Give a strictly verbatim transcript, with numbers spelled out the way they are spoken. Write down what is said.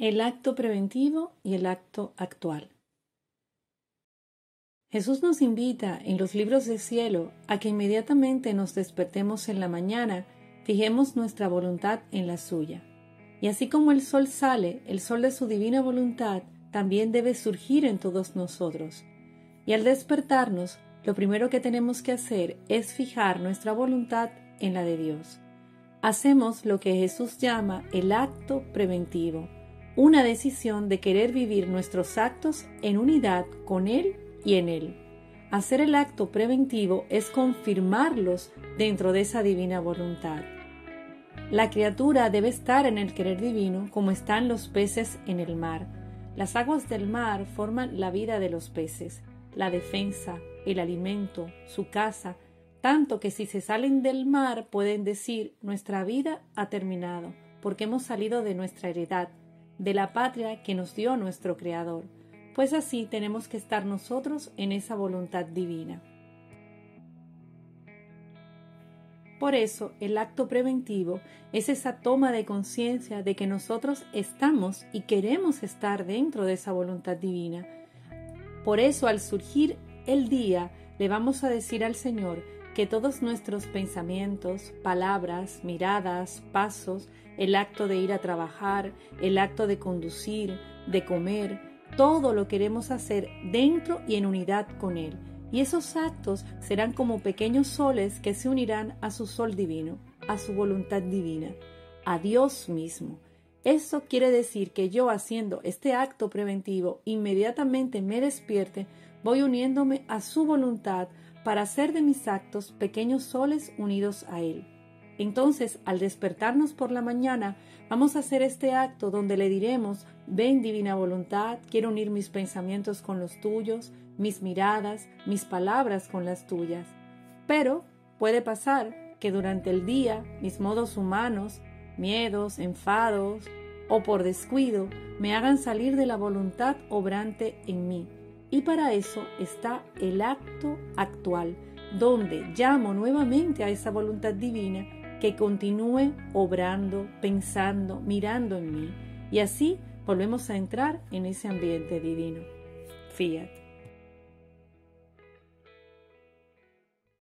El acto preventivo y el acto actual. Jesús nos invita en los libros del cielo a que inmediatamente nos despertemos en la mañana, fijemos nuestra voluntad en la suya. Y así como el sol sale, el sol de su divina voluntad también debe surgir en todos nosotros. Y al despertarnos, lo primero que tenemos que hacer es fijar nuestra voluntad en la de Dios. Hacemos lo que Jesús llama el acto preventivo, una decisión de querer vivir nuestros actos en unidad con Él y en Él. Hacer el acto preventivo es confirmarlos dentro de esa divina voluntad. La criatura debe estar en el querer divino como están los peces en el mar. Las aguas del mar forman la vida de los peces, la defensa, el alimento, su casa, tanto que si se salen del mar pueden decir nuestra vida ha terminado, porque hemos salido de nuestra heredad, de la patria que nos dio nuestro Creador. Pues así tenemos que estar nosotros en esa voluntad divina. Por eso, el acto preventivo es esa toma de conciencia de que nosotros estamos y queremos estar dentro de esa voluntad divina. Por eso, al surgir el día, le vamos a decir al Señor que todos nuestros pensamientos, palabras, miradas, pasos, el acto de ir a trabajar, el acto de conducir, de comer, todo lo queremos hacer dentro y en unidad con Él. Y esos actos serán como pequeños soles que se unirán a su sol divino, a su voluntad divina, a Dios mismo. Eso quiere decir que yo, haciendo este acto preventivo, inmediatamente me despierte, voy uniéndome a su voluntad para hacer de mis actos pequeños soles unidos a Él. Entonces, al despertarnos por la mañana, vamos a hacer este acto donde le diremos: ven divina voluntad, quiero unir mis pensamientos con los tuyos, mis miradas, mis palabras con las tuyas. Pero puede pasar que durante el día mis modos humanos, miedos, enfados o por descuido me hagan salir de la voluntad obrante en mí. Y para eso está el acto actual, donde llamo nuevamente a esa voluntad divina que continúe obrando, pensando, mirando en mí. Y así volvemos a entrar en ese ambiente divino. Fiat.